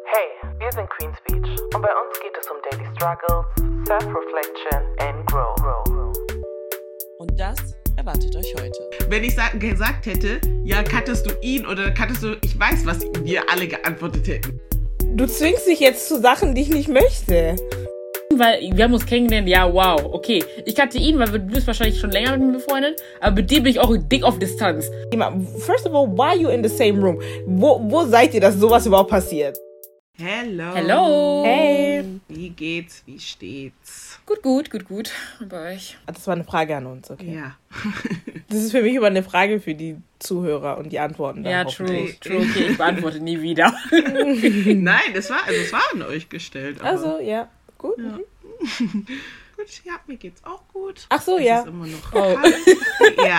Hey, wir sind Queen's Beach und bei uns geht es um Daily Struggles, Self-Reflection and Grow. Und das erwartet euch heute. Wenn ich gesagt hätte, ja, cuttest du ihn oder cuttest du, ich weiß, was wir alle geantwortet hätten. Du zwingst dich jetzt zu Sachen, die ich nicht möchte. Weil wir haben uns kennengelernt, ja, wow, okay. Ich kannte ihn, weil du bist wahrscheinlich schon länger mit mir befreundet, aber mit dem bin ich auch dick auf Distanz. First of all, why are you in the same room? Wo seid ihr, dass sowas überhaupt passiert? Hello. Hey. Wie geht's? Wie steht's? Gut. Und bei euch? Das war eine Frage an uns, okay? Ja. Das ist für mich immer eine Frage für die Zuhörer und die Antworten dann Ja, true, okay, ich beantworte nie wieder. Nein, es war an euch gestellt. Aber Also, ja, gut. ja. Gut, ja, mir geht's auch gut. Ach so, es ja. Ist immer noch kalt. Ja.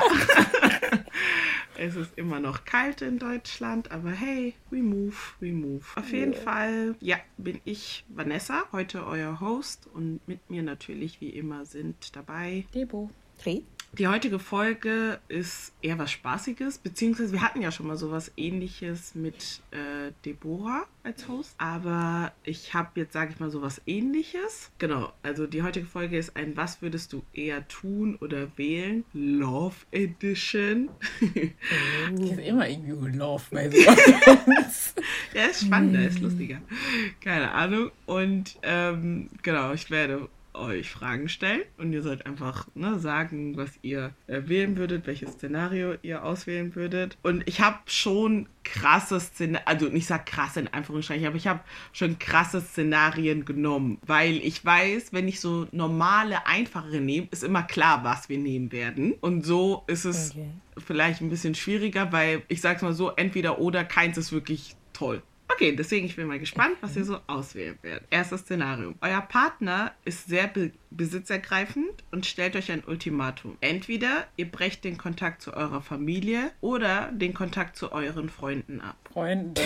Es ist immer noch kalt in Deutschland, aber hey, we move. Auf jeden Fall, ja, bin ich Vanessa, heute euer Host und mit mir natürlich wie immer sind dabei Debo. Hey. Die heutige Folge ist eher was Spaßiges, beziehungsweise wir hatten ja schon mal sowas Ähnliches mit Deborah als Host, aber ich habe jetzt, sage ich mal, sowas Ähnliches. Genau, also die heutige Folge ist ein Was würdest du eher tun oder wählen? Love Edition. Ich ist immer irgendwie Love bei sowas. Ja, ist spannender, ist lustiger. Keine Ahnung. Und genau, ich werde euch Fragen stellen und ihr sollt einfach sagen, was ihr wählen würdet, welches Szenario ihr auswählen würdet. Und ich habe schon krasse Szenarien, also ich sag krass in Anführungsstrichen, aber ich habe schon krasse Szenarien genommen, weil ich weiß, wenn ich so normale, einfachere nehme, ist immer klar, was wir nehmen werden. Und so ist es vielleicht ein bisschen schwieriger, weil ich sag's mal so, entweder oder, keins ist wirklich toll. Okay, deswegen, ich bin mal gespannt, was ihr so auswählen werdet. Erstes Szenario. Euer Partner ist sehr besitzergreifend und stellt euch ein Ultimatum. Entweder ihr brecht den Kontakt zu eurer Familie oder den Kontakt zu euren Freunden ab. Freunde.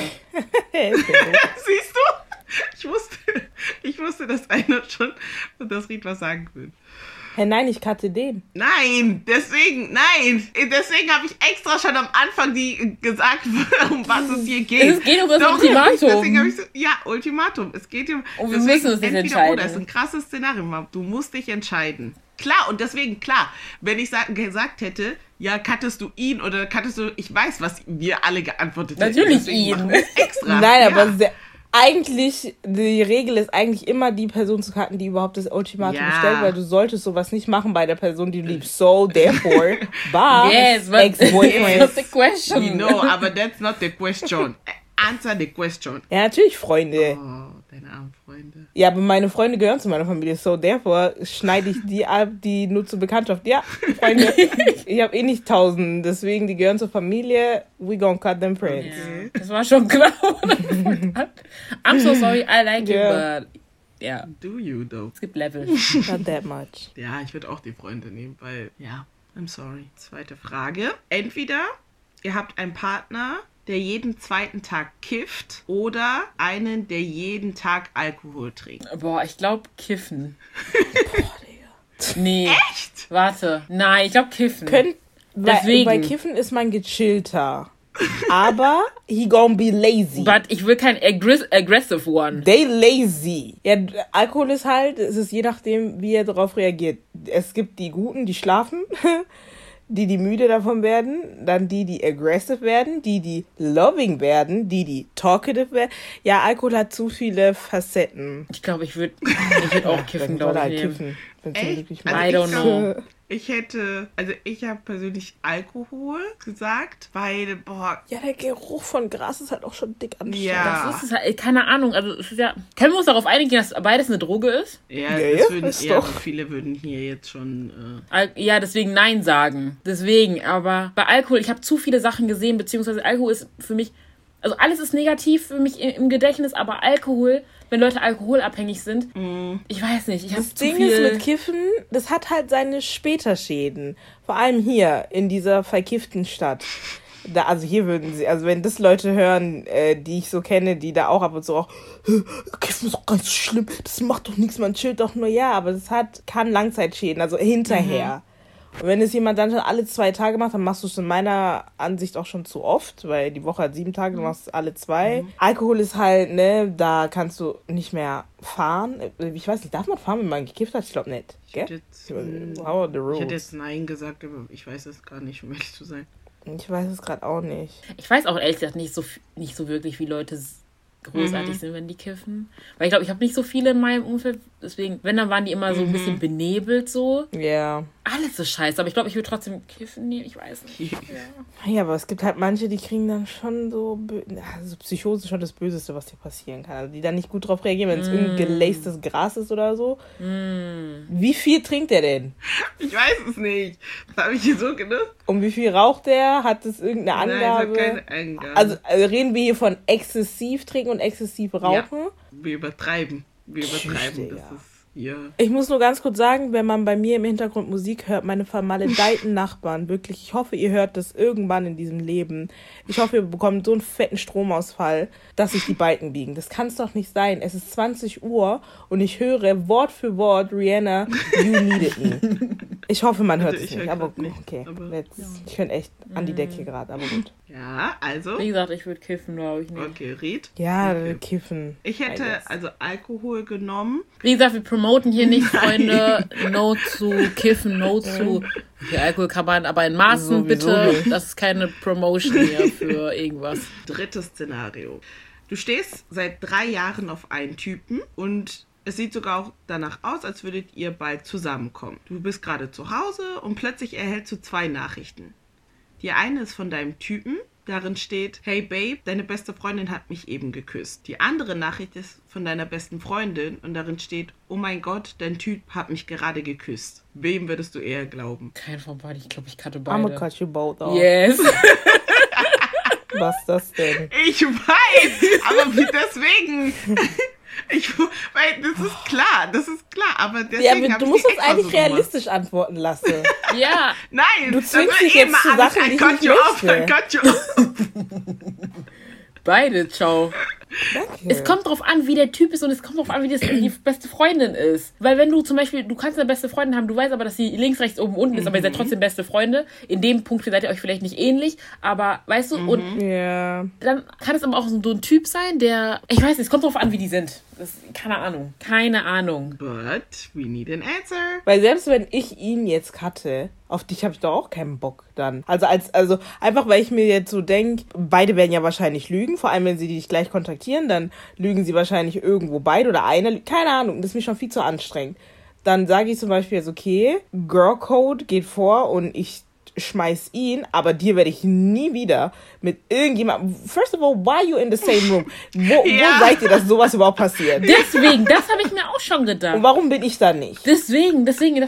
Siehst du? Ich wusste, dass einer schon das Ried was sagen will. Hey, nein, ich cutte den. Nein, deswegen habe ich extra schon am Anfang gesagt, um was es hier geht. Es geht um das Ultimatum. Deswegen habe ich Ultimatum. Es geht um und wir müssen uns nicht entscheiden. Das ist ein krasses Szenario. Du musst dich entscheiden. Klar, und deswegen, wenn ich gesagt hätte, ja, cuttest du ihn oder cuttest du, ich weiß, was wir alle geantwortet hätten. Natürlich ihn. Extra. Nein, aber eigentlich, die Regel ist eigentlich immer die Person zu cutten, die überhaupt das Ultimatum stellt, weil du solltest sowas nicht machen bei der Person, die du liebst. So, therefore, bye, ex-boyfriend. That's not the question. No, aber that's not the question. Answer the question. Ja, natürlich Freunde. Oh, deine armen Freunde. Ja, aber meine Freunde gehören zu meiner Familie. So, therefore schneide ich die ab, die nur zur Bekanntschaft. Ja, Freunde, ich habe nicht 1000, deswegen, die gehören zur Familie. We gonna cut them friends. Ja, das war schon klar. I'm so sorry, I like you, but yeah. Do you, though? Es gibt Level. Not that much. Ja, ich würde auch die Freunde nehmen, weil, I'm sorry. Zweite Frage. Entweder ihr habt einen Partner, der jeden zweiten Tag kifft oder einen, der jeden Tag Alkohol trinkt. Boah, ich glaube Kiffen. Boah, Digga. Nee. Echt? Warte. Nein, ich glaube Kiffen. Deswegen. Bei Kiffen ist man gechillter. Aber he gonna be lazy. But ich will kein aggressive one. They lazy. Ja, Alkohol ist halt, es ist je nachdem, wie er darauf reagiert. Es gibt die Guten, die schlafen, die müde davon werden, dann die aggressive werden, die loving werden, die talkative werden. Ja, Alkohol hat zu viele Facetten. Ich glaube, ich würd auch kiffen, glaube ich. Kiffen. Echt? I don't know. Ich habe persönlich Alkohol gesagt, weil, Ja, der Geruch von Gras ist halt auch schon dick anstrengend. Ja. Das ist halt, keine Ahnung, also es ist ja, können wir uns darauf einigen, dass beides eine Droge ist? Ja, ist doch. Viele würden hier jetzt schon... Ja, deswegen Nein sagen. Deswegen, aber bei Alkohol, ich habe zu viele Sachen gesehen, beziehungsweise Alkohol ist für mich, also alles ist negativ für mich im Gedächtnis, aber Alkohol, wenn Leute alkoholabhängig sind, ich weiß nicht, ich habe zu viel... Das Ding ist mit Kiffen, das hat halt seine Späterschäden. Vor allem hier, in dieser verkifften Stadt. Also hier würden sie, also wenn das Leute hören, die ich so kenne, die da auch ab und zu auch, Kiffen ist doch gar nicht so schlimm, das macht doch nichts, man chillt doch nur, ja, aber das kann Langzeitschäden, also hinterher. Und wenn es jemand dann schon alle 2 Tage macht, dann machst du es in meiner Ansicht auch schon zu oft, weil die Woche hat 7 Tage, du machst alle 2. Alkohol ist halt, ne, da kannst du nicht mehr fahren. Ich weiß nicht, darf man fahren, wenn man gekifft hat? Ich glaube nicht, gell? How are the rules? Ich hätte jetzt Nein gesagt, aber ich weiß es gar nicht, um ehrlich zu sein. Ich weiß es gerade auch nicht. Ich weiß auch ehrlich gesagt nicht so wirklich, wie Leute großartig sind, wenn die kiffen. Weil ich glaube, ich habe nicht so viele in meinem Umfeld. Deswegen, wenn, dann waren die immer so ein bisschen benebelt so. Ja. Alles ist scheiße. Aber ich glaube, ich würde trotzdem kiffen nehmen. Ich weiß nicht. Ja, aber es gibt halt manche, die kriegen dann schon so... Also Psychose ist schon das Böseste, was dir passieren kann. Also die dann nicht gut drauf reagieren, wenn es irgendein gelaced Gras ist oder so. Wie viel trinkt der denn? Ich weiß es nicht. Das habe ich hier so gedacht. Und wie viel raucht der? Hat es irgendeine Angabe? Nein, es hat keine Angabe. Also reden wir hier von exzessiv trinken und exzessiv rauchen? Ja, wir übertreiben. Tschüss, Das Digga. ist hier. Ich muss nur ganz kurz sagen, wenn man bei mir im Hintergrund Musik hört, meine vermaledeiten Nachbarn, wirklich, ich hoffe, ihr hört das irgendwann in diesem Leben. Ich hoffe, ihr bekommt so einen fetten Stromausfall, dass sich die Balken biegen. Das kann es doch nicht sein. Es ist 20 Uhr und ich höre Wort für Wort Rihanna, You Needed Me. Ich hoffe, man hört Also es ich nicht, hör aber grad nicht, okay. aber- Jetzt, ich bin echt an die Decke gerade, aber gut. Ja, also. Wie gesagt, ich würde kiffen, glaube ich nicht. Okay, Ried. Ja, Okay. kiffen. Ich hätte also Alkohol genommen. Wie gesagt, wir promoten hier nicht, Freunde. No zu kiffen, no zu... Okay, Alkohol kann man, aber in Maßen Sowieso bitte. nicht. Das ist keine Promotion hier für irgendwas. Drittes Szenario. Du stehst seit 3 Jahren auf einen Typen und es sieht sogar auch danach aus, als würdet ihr bald zusammenkommen. Du bist gerade zu Hause und plötzlich erhältst du 2 Nachrichten. Die eine ist von deinem Typen, darin steht, hey Babe, deine beste Freundin hat mich eben geküsst. Die andere Nachricht ist von deiner besten Freundin und darin steht, oh mein Gott, dein Typ hat mich gerade geküsst. Wem würdest du eher glauben? Kein von beiden. Ich glaube, ich cutte I'm beide. gonna cut you both off. Yes. Was ist das denn? Ich weiß, aber deswegen... Weil das ist klar, aber deswegen Ja, hab du ich musst die uns extra eigentlich so gemacht. realistisch antworten lassen. Ja. Nein, Du das zwingst wird dich jetzt immer zu alles, Sachen, die I ich cut nicht you off, möchte. I cut you off. Beide, ciao. Danke. Es kommt drauf an, wie der Typ ist und es kommt drauf an, wie das die beste Freundin ist. Weil wenn du zum Beispiel, du kannst eine beste Freundin haben, du weißt aber, dass sie links, rechts, oben, unten ist, aber ihr seid trotzdem beste Freunde. In dem Punkt seid ihr euch vielleicht nicht ähnlich, aber weißt du, und Ja. dann kann es aber auch so ein Typ sein, der, ich weiß nicht, es kommt drauf an, wie die sind. Das, keine Ahnung. Keine Ahnung. But we need an answer. Weil selbst wenn ich ihn jetzt cutte, auf dich habe ich doch auch keinen Bock dann. Also einfach, weil ich mir jetzt so denke, beide werden ja wahrscheinlich lügen, vor allem wenn sie dich gleich kontaktieren, dann lügen sie wahrscheinlich irgendwo beide oder einer, keine Ahnung, das ist mir schon viel zu anstrengend. Dann sage ich zum Beispiel jetzt, okay, Girl Code geht vor und ich schmeiß ihn, aber dir werde ich nie wieder mit irgendjemandem. First of all, why are you in the same room? Wo seid ihr, dass sowas überhaupt passiert? Deswegen, das habe ich mir auch schon Und gedacht. warum bin ich da nicht? Deswegen,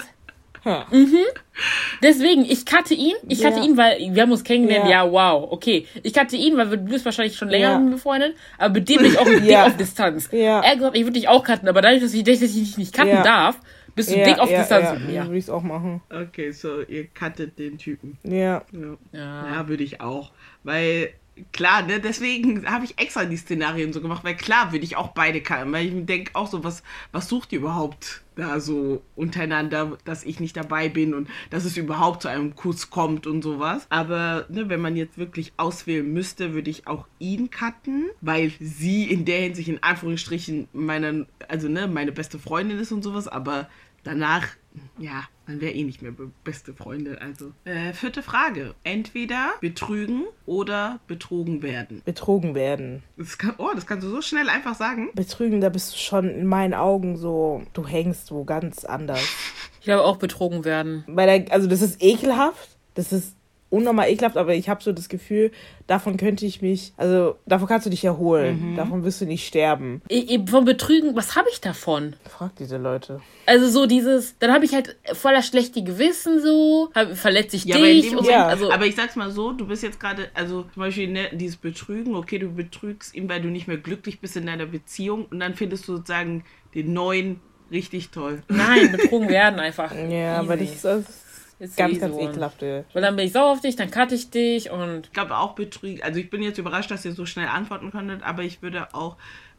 Hm. Deswegen, ich cutte ihn, weil wir haben uns kennengelernt, Ja. ja, wow, okay. Ich cutte ihn, weil du bist wahrscheinlich schon länger Ja. befreundet, aber mit dem bin ich auch dick Ja. auf Distanz. Ja. Er hat gesagt, ich würde dich auch cutten, aber dadurch, dass ich dich nicht cutten Ja. darf, bist du dick auf Distanz mit mir. Würde ich es auch machen. Okay, so ihr cuttet den Typen. Ja. Ja, würde ich auch. Weil, klar, ne, deswegen habe ich extra die Szenarien so gemacht, weil klar würde ich auch beide cutten, weil ich mir denke auch so, was sucht ihr überhaupt da so untereinander, dass ich nicht dabei bin und dass es überhaupt zu einem Kuss kommt und sowas. Aber ne, wenn man jetzt wirklich auswählen müsste, würde ich auch ihn cutten, weil sie in der Hinsicht in Anführungsstrichen meine beste Freundin ist und sowas, aber danach, ja, man wäre eh nicht mehr beste Freunde. Also, 4. Frage. Entweder betrügen oder betrogen werden. Betrogen werden. Das kannst du so schnell einfach sagen. Betrügen, da bist du schon in meinen Augen so, du hängst wo ganz anders. Ich glaube auch betrogen werden. Also das ist ekelhaft, das ist unnormal ekelhaft, aber ich habe so das Gefühl, davon kannst du dich erholen. Davon wirst du nicht sterben. Von Betrügen, was habe ich davon? Frag diese Leute. Also so dann habe ich halt voller schlechte Gewissen so, verletze ich Ja, aber, in dich dem und Moment, so. Also, aber ich sag's mal so, du bist jetzt gerade, also zum Beispiel ne, dieses Betrügen, okay, du betrügst ihn, weil du nicht mehr glücklich bist in deiner Beziehung und dann findest du sozusagen den neuen richtig toll. nein, betrogen werden einfach. Ja, aber das ist Ist ganz, easy ganz one. ekelhaft. Weil dann bin ich sauer auf dich, dann cutte ich dich und Ich glaube auch betrügen, also ich bin jetzt überrascht, dass ihr so schnell antworten konntet, aber ich würde auch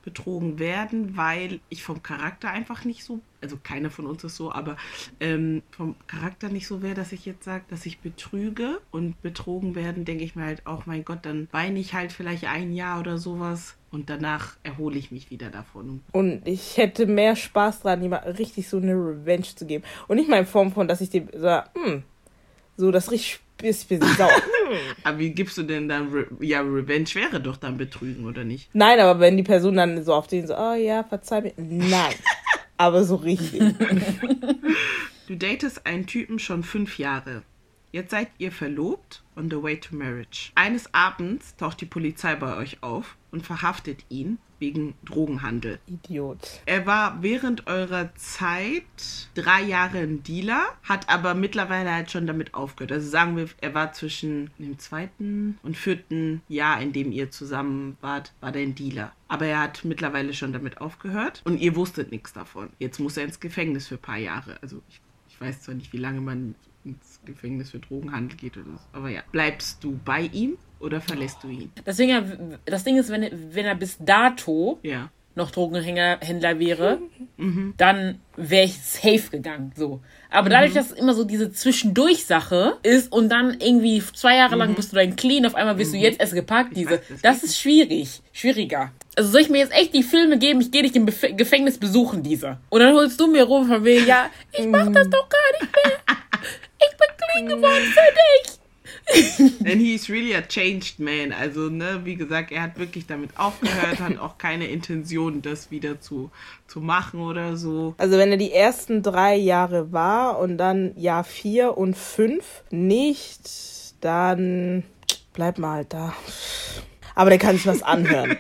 betrogen werden, weil ich vom Charakter einfach nicht so, also keiner von uns ist so, aber vom Charakter nicht so wäre, dass ich jetzt sage, dass ich betrüge, und betrogen werden, denke ich mir halt auch, mein Gott, dann weine ich halt vielleicht ein Jahr oder sowas und danach erhole ich mich wieder davon. Und ich hätte mehr Spaß dran, jemand richtig so eine Revenge zu geben. Und nicht mal in Form von, dass ich dem sage, so das richtig bisschen sauer. Aber wie gibst du denn dann, Revenge wäre doch dann Betrügen, oder nicht? Nein, aber wenn die Person dann so auf den so, oh ja, verzeih mir. Nein, aber so richtig. Du datest einen Typen schon 5 Jahre. Jetzt seid ihr verlobt, on the way to marriage. Eines Abends taucht die Polizei bei euch auf und verhaftet ihn wegen Drogenhandel. Idiot. Er war während eurer Zeit 3 Jahre ein Dealer, hat aber mittlerweile halt schon damit aufgehört. Also sagen wir, er war zwischen dem 2. und 4. Jahr, in dem ihr zusammen wart, war der ein Dealer. Aber er hat mittlerweile schon damit aufgehört und ihr wusstet nichts davon. Jetzt muss er ins Gefängnis für ein paar Jahre. Also ich weiß zwar nicht, wie lange man ins Gefängnis für Drogenhandel geht oder so, aber ja. Bleibst du bei ihm oder verlässt du ihn? Deswegen, das Ding ist, wenn er bis dato Ja. noch Drogenhändler wäre, dann wäre ich safe gegangen. So. Aber dadurch, dass es immer so diese Zwischendurch-Sache ist und dann irgendwie 2 Jahre lang bist du dann clean, auf einmal bist du jetzt erst gepackt, das ist schwieriger. Also soll ich mir jetzt echt die Filme geben, ich gehe dich im Gefängnis besuchen, diese. Und dann holst du mir rum von wegen, ja, ich mach das doch gar nicht mehr. Ich bin clean geworden für dich. And he's really a changed man. Also, ne, wie gesagt, er hat wirklich damit aufgehört, hat auch keine Intention, das wieder zu machen oder so. Also wenn er die ersten 3 Jahre war und dann Jahr 4 und 5 nicht, dann bleib mal halt da. Aber der kann sich was anhören.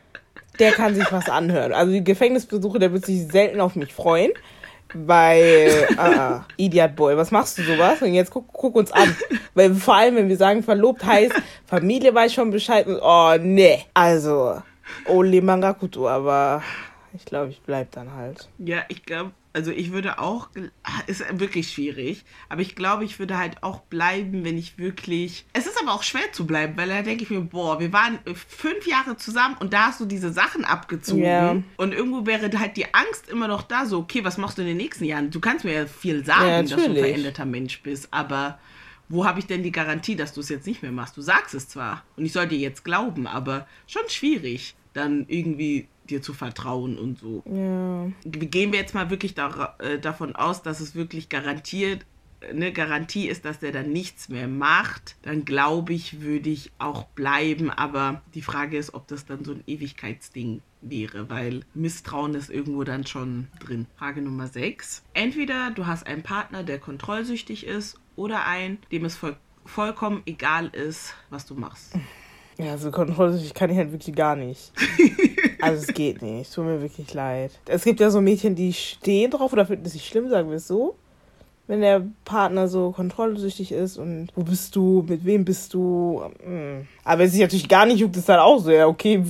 Also die Gefängnisbesuche, der wird sich selten auf mich freuen. Weil, Idiot Boy, was machst du sowas? Und jetzt guck uns an. Weil vor allem, wenn wir sagen, verlobt heißt, Familie weiß schon Bescheid und, oh, nee. Also, Ole Mangakuto, aber ich glaube, ich bleib dann halt. Ja, ich glaube, also ich würde auch, ist wirklich schwierig, aber ich glaube, ich würde halt auch bleiben, wenn ich wirklich, es ist aber auch schwer zu bleiben, weil da denke ich mir, boah, wir waren 5 Jahre zusammen und da hast du diese Sachen abgezogen. Ja. Und irgendwo wäre halt die Angst immer noch da, so, okay, was machst du in den nächsten Jahren? Du kannst mir ja viel sagen, Ja, dass du ein natürlich. veränderter Mensch bist, aber wo habe ich denn die Garantie, dass du es jetzt nicht mehr machst? Du sagst es zwar und ich soll dir jetzt glauben, aber schon schwierig, dann irgendwie dir zu vertrauen und so. Ja. Gehen wir jetzt mal wirklich davon aus, dass es wirklich garantiert, eine Garantie ist, dass der dann nichts mehr macht, dann glaube ich, würde ich auch bleiben, aber die Frage ist, ob das dann so ein Ewigkeitsding wäre, weil Misstrauen ist irgendwo dann schon drin. Frage Nummer 6. Entweder du hast einen Partner, der kontrollsüchtig ist, oder einen, dem es vollkommen egal ist, was du machst. Ja, so kontrollsüchtig kann ich halt wirklich gar nicht. Also es geht nicht, tut mir wirklich leid. Es gibt ja so Mädchen, die stehen drauf oder finden es nicht schlimm, sagen wir es so. Wenn der Partner so kontrollsüchtig ist und wo bist du, mit wem bist du. Aber wenn es sich natürlich gar nicht juckt, ist dann auch so, ja okay,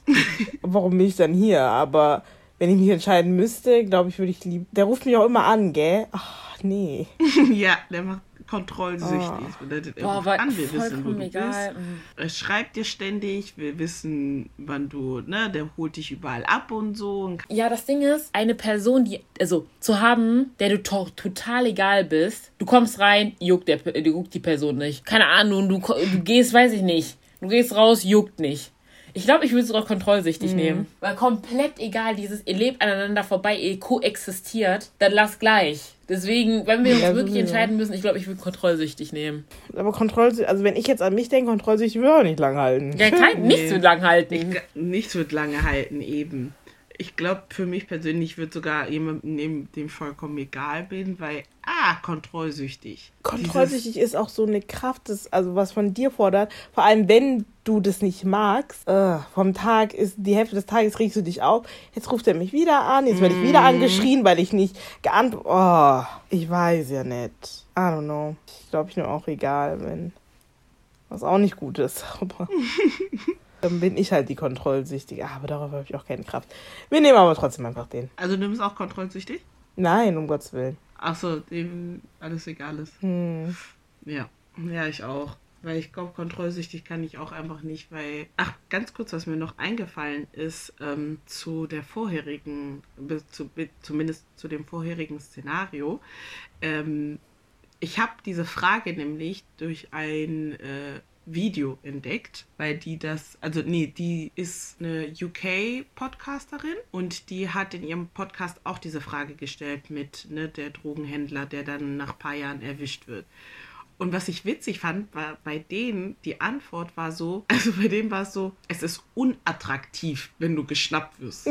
warum bin ich dann hier? Aber wenn ich mich entscheiden müsste, glaube ich, würde ich lieber. Der ruft mich auch immer an, gell? Ach, nee. Ja, der macht kontrollsüchtig. Das bedeutet, er ruft an, wir wissen, wo du bist. Er schreibt dir ständig, wir wissen, wann du, ne, der holt dich überall ab und so. Ja, das Ding ist, eine Person, zu haben, der du total egal bist, du kommst rein, juckt die Person nicht. Keine Ahnung, du gehst, weiß ich nicht. Du gehst raus, juckt nicht. Ich glaube, ich würde es auch kontrollsüchtig nehmen. Weil komplett egal, ihr lebt aneinander vorbei, ihr koexistiert, dann lass gleich. Deswegen, wenn wir uns wirklich entscheiden müssen, ich glaube, ich würde kontrollsüchtig nehmen. Aber kontrollsüchtig, also wenn ich jetzt an mich denke, kontrollsüchtig würde auch nicht lang halten. Ja, nichts wird lang halten. Nichts wird lange halten, eben. Ich glaube, für mich persönlich wird sogar jemanden nehmen, dem vollkommen egal bin, weil, kontrollsüchtig. Kontrollsüchtig ist auch so eine Kraft, also was von dir fordert, vor allem wenn du das nicht magst, vom Tag ist, die Hälfte des Tages regst du dich auf, jetzt ruft er mich wieder an, jetzt werde ich wieder angeschrien, weil ich nicht ich weiß ja nicht. I don't know. Ich glaube, ich nehme auch egal, wenn was auch nicht gut ist, aber dann bin ich halt die Kontrollsüchtige. Aber darauf habe ich auch keine Kraft. Wir nehmen aber trotzdem einfach den. Also du bist auch kontrollsüchtig? Nein, um Gottes Willen. Ach so, dem alles egal ist. Ja, ich auch. Weil ich glaube, kontrollsüchtig kann ich auch einfach nicht, weil... Ach, ganz kurz, was mir noch eingefallen ist, zu der vorherigen, zumindest zu dem vorherigen Szenario. Ich habe diese Frage nämlich durch ein Video entdeckt, weil die ist eine UK-Podcasterin und die hat in ihrem Podcast auch diese Frage gestellt mit der Drogenhändler, der dann nach ein paar Jahren erwischt wird. Und was ich witzig fand, war bei denen, die Antwort war so, also bei dem war es so, es ist unattraktiv, wenn du geschnappt wirst.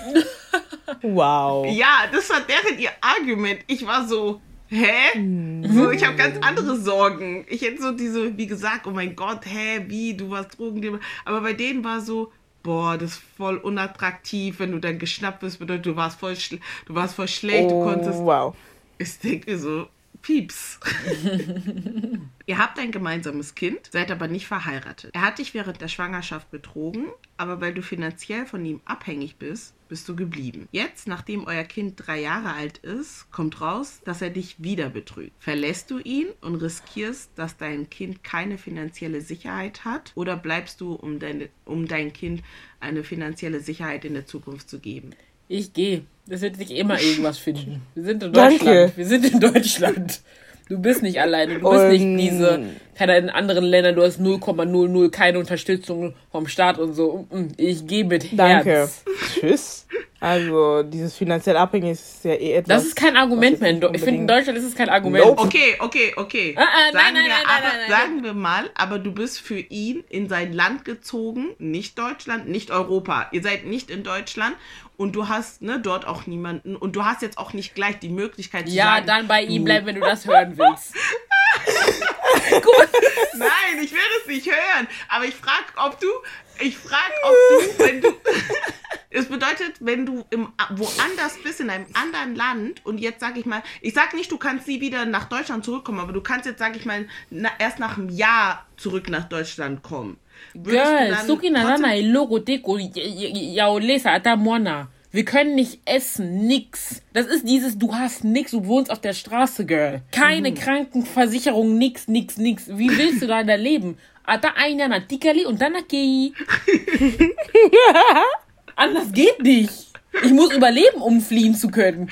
Wow. Ja, das war deren ihr Argument. Ich war so, so, ich habe ganz andere Sorgen. Ich hätte so wie gesagt, oh mein Gott, wie, du warst Drogendealer. Aber bei denen war so, boah, das ist voll unattraktiv, wenn du dann geschnappt wirst, bedeutet, du warst voll schlecht, du konntest... Wow. Ich denke so, Pieps. Ihr habt ein gemeinsames Kind, seid aber nicht verheiratet. Er hat dich während der Schwangerschaft betrogen, aber weil du finanziell von ihm abhängig bist, bist du geblieben. Jetzt, nachdem euer Kind 3 Jahre alt ist, kommt raus, dass er dich wieder betrügt. Verlässt du ihn und riskierst, dass dein Kind keine finanzielle Sicherheit hat, oder bleibst du, um dein Kind eine finanzielle Sicherheit in der Zukunft zu geben? Ich gehe. Es wird sich immer irgendwas finden. Wir sind in Danke. Deutschland. Wir sind in Deutschland. Du bist nicht alleine. Du bist nicht in anderen Ländern, du hast 0,00 keine Unterstützung vom Staat und so. Ich gehe mit Herz. Danke. Tschüss. Also, dieses finanziell abhängig ist ja eh etwas... Das ist kein Argument mehr. Ich finde, in Deutschland ist es kein Argument. Nope. Okay. Nein. Sagen wir mal, aber du bist für ihn in sein Land gezogen, nicht Deutschland, nicht Europa. Ihr seid nicht in Deutschland und du hast dort auch niemanden und du hast jetzt auch nicht gleich die Möglichkeit zu sagen... Ja, dann bei ihm bleiben, wenn du das hören willst. Gut. Nein, ich will es nicht hören. Aber ich frage, ob du, wenn du... Es bedeutet, wenn du woanders bist, in einem anderen Land, und jetzt sage ich mal, ich sage nicht, du kannst nie wieder nach Deutschland zurückkommen, aber du kannst jetzt, sage ich mal, erst nach einem Jahr zurück nach Deutschland kommen. Girl, wir können nicht essen, nix. Das ist du hast nix, du wohnst auf der Straße, Girl. Keine Krankenversicherung, nix. Wie willst du da leben? Ata einer na tikali und dann Anders geht nicht. Ich muss überleben, um fliehen zu können.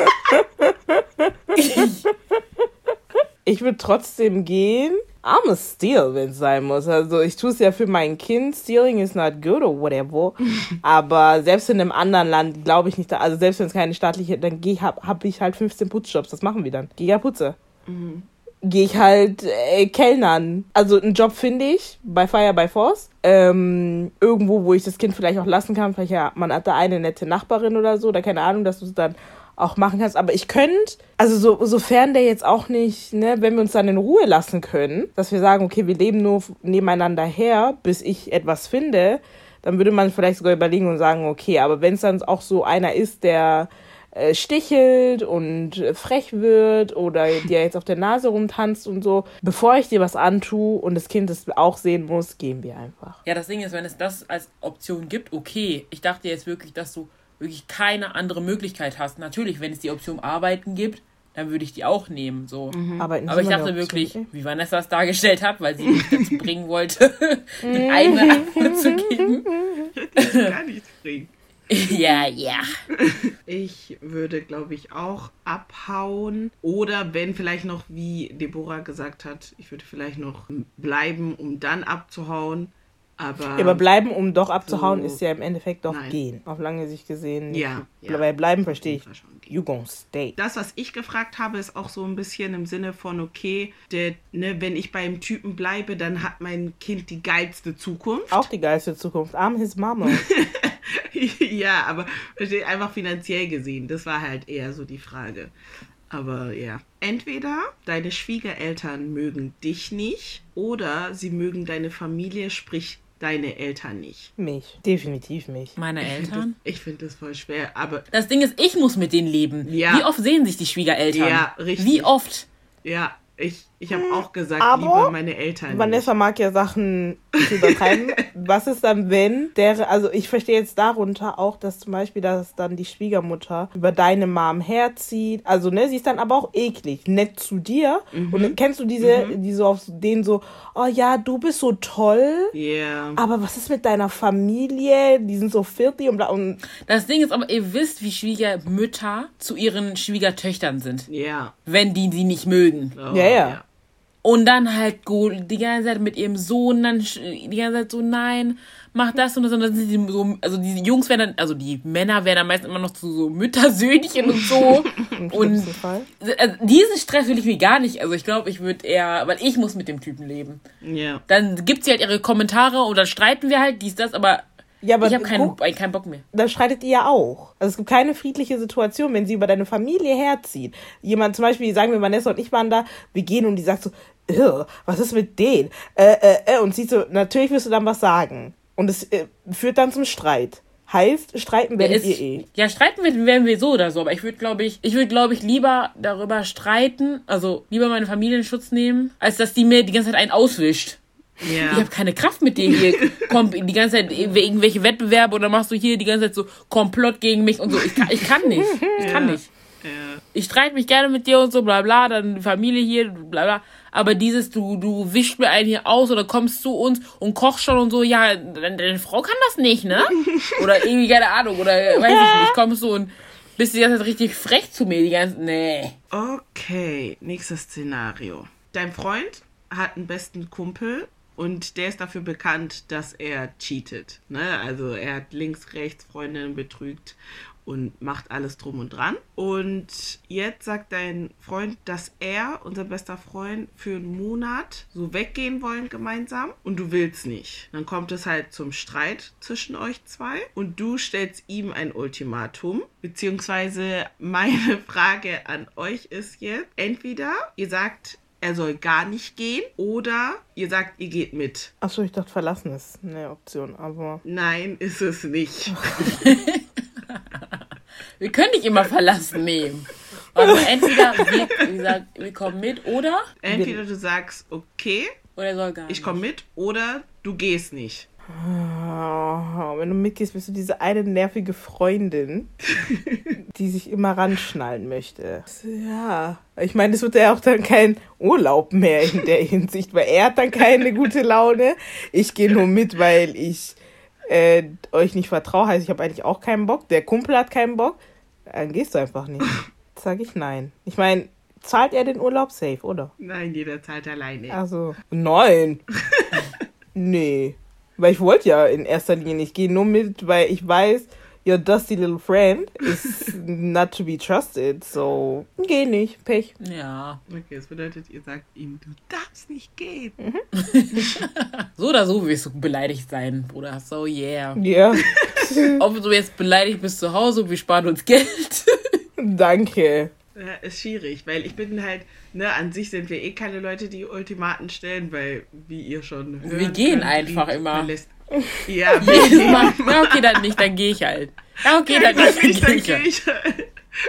Ich würde trotzdem gehen. I'm a steal, wenn es sein muss. Also ich tue es ja für mein Kind. Stealing is not good or whatever. Aber selbst in einem anderen Land glaube ich nicht. Also selbst wenn es keine staatliche, dann habe ich halt 15 Putzjobs. Was machen wir dann? Gehe ja putze. Gehe ich halt Kellnern. Also einen Job finde ich bei Fire by Force. Irgendwo, wo ich das Kind vielleicht auch lassen kann. Vielleicht man hat da eine nette Nachbarin oder so. Oder keine Ahnung, dass du es dann auch machen kannst. Aber ich könnte, also sofern der jetzt auch nicht, wenn wir uns dann in Ruhe lassen können, dass wir sagen, okay, wir leben nur nebeneinander her, bis ich etwas finde, dann würde man vielleicht sogar überlegen und sagen, okay, aber wenn es dann auch so einer ist, der stichelt und frech wird oder dir jetzt auf der Nase rumtanzt und so, bevor ich dir was antue und das Kind es auch sehen muss, gehen wir einfach. Ja, das Ding ist, wenn es das als Option gibt, okay. Ich dachte jetzt wirklich, dass du wirklich keine andere Möglichkeit hast. Natürlich, wenn es die Option Arbeiten gibt, dann würde ich die auch nehmen. So. Aber ich dachte wirklich, wie Vanessa es dargestellt hat, weil sie mich dazu bringen wollte, eine eigene Antwort zu geben. Das gar nichts bringen. Ja. Ich würde, glaube ich, auch abhauen. Oder wenn vielleicht noch, wie Deborah gesagt hat, ich würde vielleicht noch bleiben, um dann abzuhauen. Aber bleiben, um doch abzuhauen, so, ist ja im Endeffekt doch nein. gehen. Auf lange Sicht gesehen. Ja. Weil bleiben verstehe ich. Schon. You gon' stay. Das, was ich gefragt habe, ist auch so ein bisschen im Sinne von, okay, wenn ich beim Typen bleibe, dann hat mein Kind die geilste Zukunft. Auch die geilste Zukunft. I'm his mama. Ja, aber einfach finanziell gesehen, das war halt eher so die Frage. Aber ja, entweder deine Schwiegereltern mögen dich nicht oder sie mögen deine Familie, sprich deine Eltern nicht. Mich. Definitiv mich. Meine Eltern? Ich finde das voll schwer, aber... Das Ding ist, ich muss mit denen leben. Ja. Wie oft sehen sich die Schwiegereltern? Ja, richtig. Wie oft? Ja, ich habe auch gesagt, aber lieber meine Eltern. Vanessa mag ja Sachen zu übertreiben. Was ist dann, wenn also ich verstehe jetzt darunter auch, dass zum Beispiel, dass dann die Schwiegermutter über deine Mom herzieht. Also, ne, sie ist dann aber auch eklig, nett zu dir. Und kennst du die so auf den so, oh ja, du bist so toll. Yeah. Aber was ist mit deiner Familie? Die sind so filthy und bla. Und Das Ding ist aber, ihr wisst, wie Schwiegermütter zu ihren Schwiegertöchtern sind. Ja. Wenn die sie nicht mögen. Oh, Ja. Und dann halt die ganze Zeit mit ihrem Sohn, dann die ganze Zeit so, nein, mach das und das. Und dann sind die so, also die Jungs werden dann, also die Männer werden dann meistens immer noch zu so Müttersöhnchen und so. im Und schlimmsten Fall. also diesen Stress will ich mir gar nicht. Also ich glaube, ich würde eher, weil ich muss mit dem Typen leben. Ja. Dann gibt sie halt ihre Kommentare und dann streiten wir halt, dies, das, aber Ja, aber ich habe keinen Bock mehr. dann streitet ihr ja auch. Also es gibt keine friedliche Situation, wenn sie über deine Familie herzieht. Jemand, zum Beispiel, sagen wir, Vanessa und ich waren da, wir gehen und die sagt so, was ist mit denen? Und sie so, natürlich wirst du dann was sagen. Und es führt dann zum Streit. Heißt, streiten werdet ihr eh. Ja, streiten werden wir so oder so, aber ich würde, glaube ich, lieber darüber streiten, also lieber meine Familie in Schutz nehmen, als dass die mir die ganze Zeit einen auswischt. Ja. Ich habe keine Kraft mit dir hier. Die ganze Zeit irgendwelche Wettbewerbe oder machst du hier die ganze Zeit so Komplott gegen mich und so. Ich kann nicht. Ich kann nicht. Ja. Ich streite mich gerne mit dir und so, bla bla, dann die Familie hier, bla bla. Aber dieses, du wischst mir einen hier aus oder kommst zu uns und kochst schon und so, ja, deine Frau kann das nicht, ne? Oder irgendwie, keine Ahnung, oder weiß ich nicht, kommst du und bist die ganze Zeit richtig frech zu mir, die ganze, nee. Okay, nächstes Szenario. Dein Freund hat einen besten Kumpel und der ist dafür bekannt, dass er cheatet. Ne? Also er hat links, rechts Freundinnen betrügt und macht alles drum und dran. Und jetzt sagt dein Freund, dass er, unser bester Freund, für einen Monat so weggehen wollen gemeinsam und du willst nicht. Dann kommt es halt zum Streit zwischen euch zwei und du stellst ihm ein Ultimatum. Beziehungsweise meine Frage an euch ist jetzt, entweder ihr sagt, er soll gar nicht gehen oder ihr sagt, ihr geht mit. Achso, ich dachte, verlassen ist eine Option, aber... Nein, ist es nicht. Wir können nicht immer verlassen nehmen. Also entweder wir kommen mit oder Entweder du sagst, okay, er soll gar nicht. ich komme mit oder du gehst nicht. Oh, wenn du mitgehst, bist du diese eine nervige Freundin, die sich immer ranschnallen möchte. Ja, ich meine, es wird ja auch dann kein Urlaub mehr in der Hinsicht, weil er hat dann keine gute Laune. Ich gehe nur mit, weil ich euch nicht vertraue. Heißt, ich habe eigentlich auch keinen Bock. Der Kumpel hat keinen Bock. Dann gehst du einfach nicht. Sag ich nein. Ich meine, zahlt er den Urlaub safe, oder? Nein, jeder zahlt alleine. Also, nein. Nee. Weil ich wollte ja in erster Linie nicht gehen, nur mit, weil ich weiß, your dusty little friend is not to be trusted, so geh nicht, Pech. Ja. Okay, das bedeutet, ihr sagt ihm, du darfst nicht gehen. So oder so wirst du beleidigt sein, Bruder. So, yeah. Ja, Ob du jetzt beleidigt bist zu Hause, wir sparen uns Geld. danke. Ja, ist schwierig, weil ich bin halt, ne, an sich sind wir eh keine Leute, die Ultimaten stellen, weil, wie ihr schon hören Wir gehen könnt, einfach die immer. Ja, Jedes Mal. Ja, okay, dann nicht, dann gehe ich halt. Ja, okay, dann nicht, dann gehe ich halt.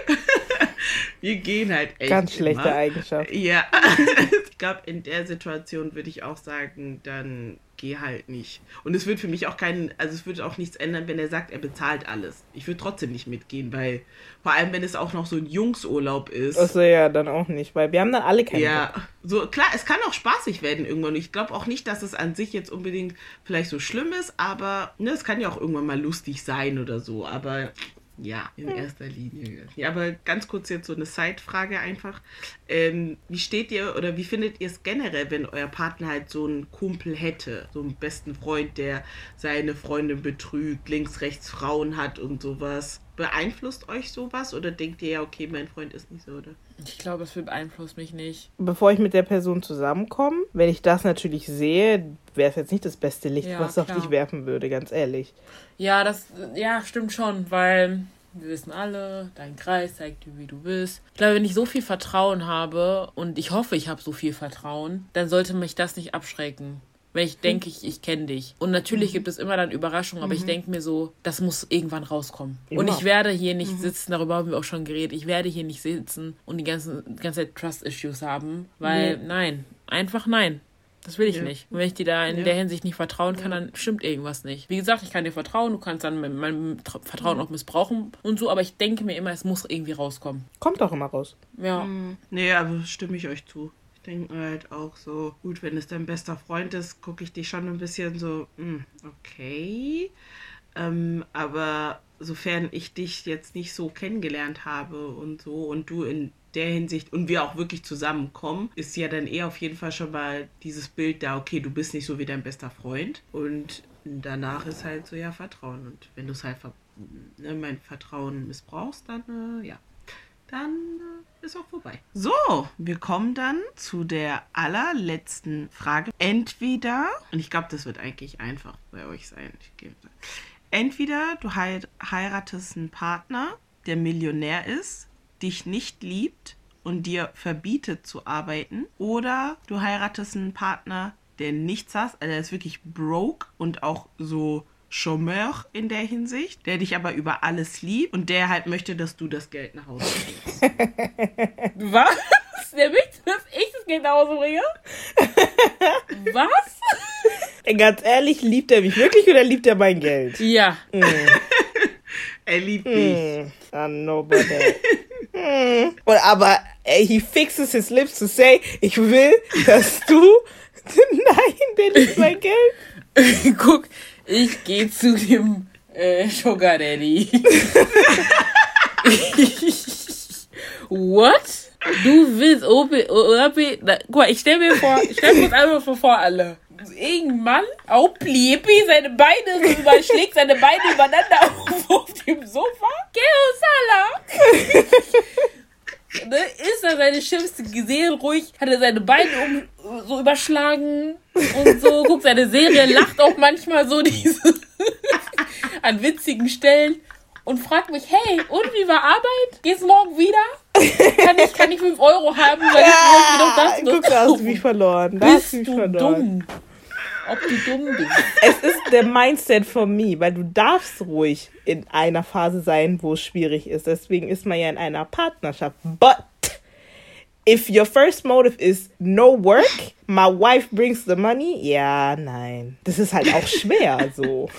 Wir gehen halt echt Ganz schlechte immer. Eigenschaft. Ja, ich glaube, in der Situation würde ich auch sagen, dann geh halt nicht. Und es wird für mich auch es würde auch nichts ändern, wenn er sagt, er bezahlt alles. Ich würde trotzdem nicht mitgehen, weil vor allem, wenn es auch noch so ein Jungsurlaub ist. Achso, ja, dann auch nicht, weil wir haben dann alle keinen Ja, Bock. so klar, es kann auch spaßig werden irgendwann. Ich glaube auch nicht, dass es an sich jetzt unbedingt vielleicht so schlimm ist, aber ne, es kann ja auch irgendwann mal lustig sein oder so. Aber ja, in erster Linie. Ja, aber ganz kurz jetzt so eine Side-Frage einfach. Wie steht ihr oder wie findet ihr es generell, wenn euer Partner halt so einen Kumpel hätte? So einen besten Freund, der seine Freundin betrügt, links, rechts Frauen hat und sowas. Beeinflusst euch sowas oder denkt ihr ja, okay, mein Freund ist nicht so, oder? Ich glaube, es beeinflusst mich nicht. Bevor ich mit der Person zusammenkomme, wenn ich das natürlich sehe, wäre es jetzt nicht das beste Licht, Ja, was es auf klar. dich werfen würde, ganz ehrlich. Ja, stimmt schon, weil wir wissen alle, dein Kreis zeigt dir, wie du bist. Ich glaube, wenn ich so viel Vertrauen habe und ich hoffe, ich habe so viel Vertrauen, dann sollte mich das nicht abschrecken. Wenn ich denke, ich kenne dich. Und natürlich gibt es immer dann Überraschungen, aber ich denke mir so, das muss irgendwann rauskommen. Immer. Und ich werde hier nicht sitzen, darüber haben wir auch schon geredet, ich werde hier nicht sitzen und die ganze Zeit Trust-Issues haben, weil nein, einfach nein. Das will ich Ja. nicht. Und wenn ich dir da in Ja. der Hinsicht nicht vertrauen kann, dann stimmt irgendwas nicht. Wie gesagt, ich kann dir vertrauen, du kannst dann mein Vertrauen auch missbrauchen und so, aber ich denke mir immer, es muss irgendwie rauskommen. Kommt doch immer raus. Ja. Nee, aber stimme ich euch zu. Ich denke mir halt auch so, gut, wenn es dein bester Freund ist, gucke ich dich schon ein bisschen so, okay. Aber sofern ich dich jetzt nicht so kennengelernt habe und so und du in der Hinsicht und wir auch wirklich zusammenkommen, ist ja dann eher auf jeden Fall schon mal dieses Bild da, okay, du bist nicht so wie dein bester Freund und danach ist halt so, ja, Vertrauen und wenn du es halt mein Vertrauen missbrauchst, dann, dann ist auch vorbei. So, wir kommen dann zu der allerletzten Frage. Entweder, und ich glaube, das wird eigentlich einfach bei euch sein, entweder du heiratest einen Partner, der Millionär ist, dich nicht liebt und dir verbietet zu arbeiten, oder du heiratest einen Partner, der nichts hat, also der ist wirklich broke und auch so Chômeur in der Hinsicht, der dich aber über alles liebt und der halt möchte, dass du das Geld nach Hause bringst. Was? Der möchte, dass ich das Geld nach Hause bringe? Was? Ganz ehrlich, liebt er mich wirklich oder liebt er mein Geld? Ja. Er liebt dich. I know about that. Und aber he fixes his lips to say, ich will, dass du... Nein, der liebt mein Geld. Guck, ich gehe zu dem Sugar Daddy. What? Du willst guck mal, ich stell mir uns einfach vor alle. Irgendein Mann, auch Pliepi, seine Beine so überschlägt, seine Beine übereinander auf dem Sofa. Geo Salah. Ne, ist er seine Chips gesehen, ruhig, hat er seine Beine so überschlagen und so, guckt seine Serie, lacht auch manchmal so an witzigen Stellen und fragt mich, hey, und wie war Arbeit? Geht's morgen wieder? Kann ich 5 Euro haben, weil ich morgen wieder das Guck, da hast du mich verloren. Bist du dumm? Ob du dumm bist? Es ist der Mindset von mir, weil du darfst ruhig in einer Phase sein, wo es schwierig ist. Deswegen ist man ja in einer Partnerschaft. But if your first motive is no work, my wife brings the money, ja, nein. Das ist halt auch schwer so.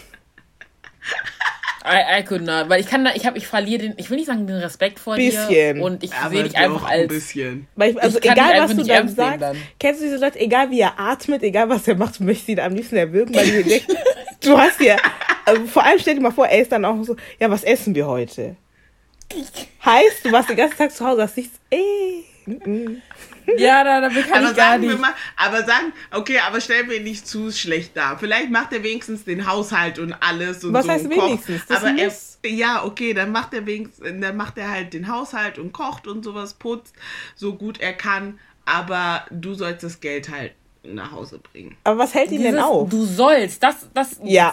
I could not, weil ich verliere ich will nicht sagen den Respekt vor dir und ich sehe dich einfach ein als... bisschen. Weil also Ich kann egal dich was einfach du nicht dann ernst nehmen sagst, dann. kennst du diese Leute, egal wie er atmet, egal was er macht, du möchtest ihn am liebsten erwürgen, weil du denkst, du hast ja, also vor allem stell dir mal vor, er ist dann auch so, ja, was essen wir heute? Heißt, du warst den ganzen Tag zu Hause, hast nichts, Ja, damit kann Aber ich gar sagen wir nicht. mal, aber stellen wir ihn nicht zu schlecht dar. Vielleicht macht er wenigstens den Haushalt und alles und Was so. heißt und kocht. wenigstens? Das Aber muss. dann macht er halt den Haushalt und kocht und sowas, putzt, so gut er kann. Aber du sollst das Geld halt nach Hause bringen. Aber was hält ihn denn auf? Du sollst, das Ja.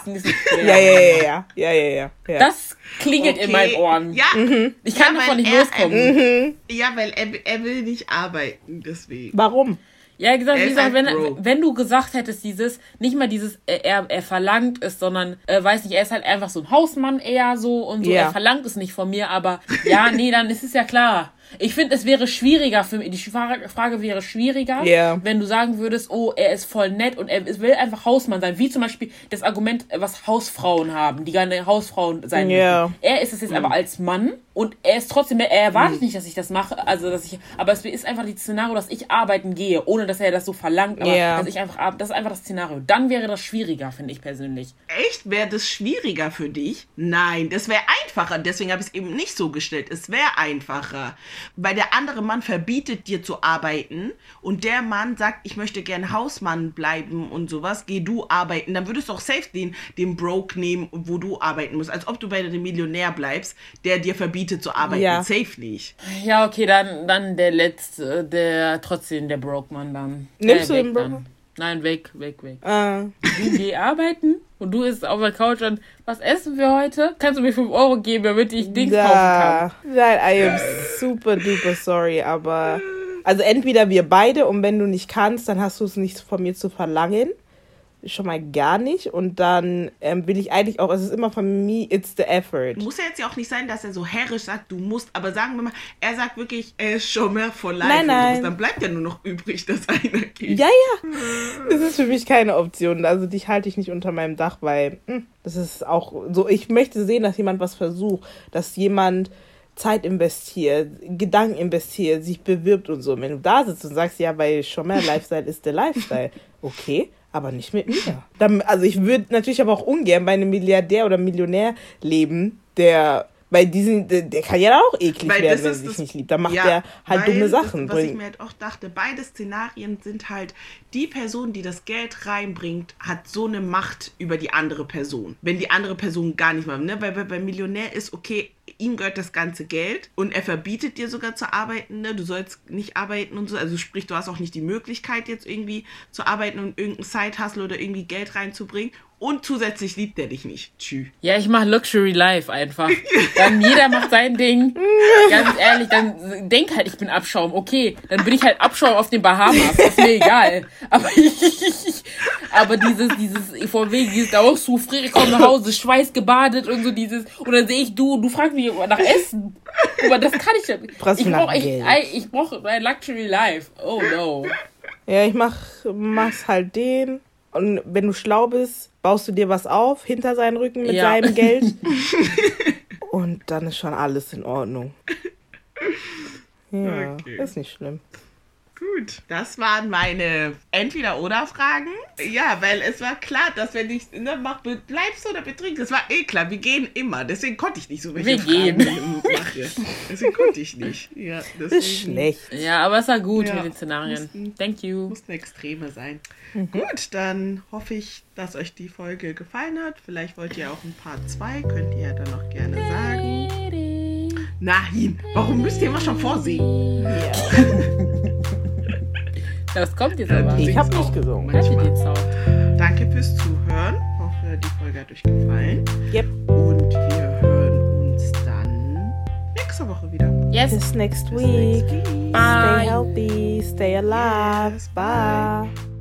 Ja. Das klingelt in meinen Ohren. Ja, Ich kann davon nicht loskommen. ja, weil er will nicht arbeiten, deswegen. Warum? Ja, wie gesagt, Er ist halt broke. wenn du gesagt hättest, nicht mal dieses, er verlangt es, sondern, weiß nicht, er ist halt einfach so ein Hausmann eher so und so, Ja. er verlangt es nicht von mir, aber ja, nee, dann ist es ja klar. Ich finde, es wäre schwieriger für mich, die Frage wäre schwieriger, Ja. wenn du sagen würdest, oh, er ist voll nett und er will einfach Hausmann sein, wie zum Beispiel das Argument, was Hausfrauen haben, die gerne Hausfrauen sein Ja. möchten. Er ist es jetzt aber als Mann und er ist trotzdem, er erwartet nicht, dass ich das mache, aber es ist einfach das Szenario, dass ich arbeiten gehe, ohne dass er das so verlangt, aber Ja. dass ich einfach, das ist einfach das Szenario. Dann wäre das schwieriger, finde ich persönlich. Echt? Wäre das schwieriger für dich? Nein, das wäre einfacher. Deswegen habe ich es eben nicht so gestellt. Es wäre einfacher. Weil der andere Mann verbietet dir zu arbeiten und der Mann sagt, ich möchte gern Hausmann bleiben und sowas, geh du arbeiten. Dann würdest du auch safe den Broke nehmen, wo du arbeiten musst. Als ob du bei dem Millionär bleibst, der dir verbietet zu arbeiten. Ja. Safe nicht. Ja, okay, dann der letzte, trotzdem der Broke-Mann dann. Nimmst du weg den dann. Broke? Nein, weg. Ah. Du geh arbeiten und du isst auf der Couch und was essen wir heute? Kannst du mir 5 Euro geben, damit ich Dings kaufen kann? Nein, I am super duper sorry, aber also entweder wir beide und wenn du nicht kannst, dann hast du es nicht von mir zu verlangen. schon mal gar nicht. Und dann will ich eigentlich auch, es ist immer von me, it's the effort. Muss ja jetzt ja auch nicht sein, dass er so herrisch sagt, du musst, aber sagen wir mal, er sagt wirklich, er ist schon mehr for life. Nein. Dann bleibt ja nur noch übrig, dass einer geht. Ja. Das ist für mich keine Option. Also dich halte ich nicht unter meinem Dach, weil das ist auch so, ich möchte sehen, dass jemand was versucht, dass jemand Zeit investiert, Gedanken investiert, sich bewirbt und so. Wenn du da sitzt und sagst, ja, weil schon mehr Lifestyle ist der Lifestyle, okay, aber nicht mit mir. Dann, also ich würde natürlich aber auch ungern bei einem Milliardär oder Millionär leben, der kann ja auch eklig werden, wenn er sich nicht liebt. Dann macht der halt dumme Sachen. Was ich mir halt auch dachte, beide Szenarien sind halt, die Person, die das Geld reinbringt, hat so eine Macht über die andere Person. Wenn die andere Person gar nicht mal, ne? Weil bei Millionär ist, okay, ihm gehört das ganze Geld und er verbietet dir sogar zu arbeiten, ne? Du sollst nicht arbeiten und so. Also sprich, du hast auch nicht die Möglichkeit, jetzt irgendwie zu arbeiten und irgendein Side-Hustle oder irgendwie Geld reinzubringen. Und zusätzlich liebt er dich nicht. Tschüss. Ja, ich mache Luxury Life einfach. Dann jeder macht sein Ding. Ganz ehrlich, dann denk halt, ich bin Abschaum. Okay, dann bin ich halt Abschaum auf den Bahamas. Das ist mir egal. Aber dieses von wegen, dieses Dauersouffré, ich komme nach Hause, schweißgebadet und so dieses. Und dann sehe ich du fragst mich nach Essen. Aber das kann ich ja. Ich brauche ein Luxury Life. Oh no. Ja, ich mach's halt den. Und wenn du schlau bist, baust du dir was auf hinter seinen Rücken mit seinem Geld. Und dann ist schon alles in Ordnung. Ja, okay. Ist nicht schlimm. Gut, das waren meine Entweder-Oder-Fragen. Ja, weil es war klar, dass wenn ich bleibst oder betrinkst, das war klar, wir gehen immer. Deswegen konnte ich nicht so welche Fragen machen. Deswegen konnte ich nicht. Ja, das ist schlecht. Ja, aber es war gut mit den Szenarien. Thank you. Mussten Extreme sein. Gut, dann hoffe ich, dass euch die Folge gefallen hat. Vielleicht wollt ihr auch ein Part 2, könnt ihr ja dann noch gerne sagen. Nein, warum müsst ihr immer schon vorsingen? Ja. Das kommt jetzt aber. Ich habe nicht gesungen. Danke fürs Zuhören. Ich hoffe, die Folge hat euch gefallen. Yep. Und wir hören uns dann nächste Woche wieder. Yes. Bis next week. Bye. Stay healthy. Stay alive. Yes, bye.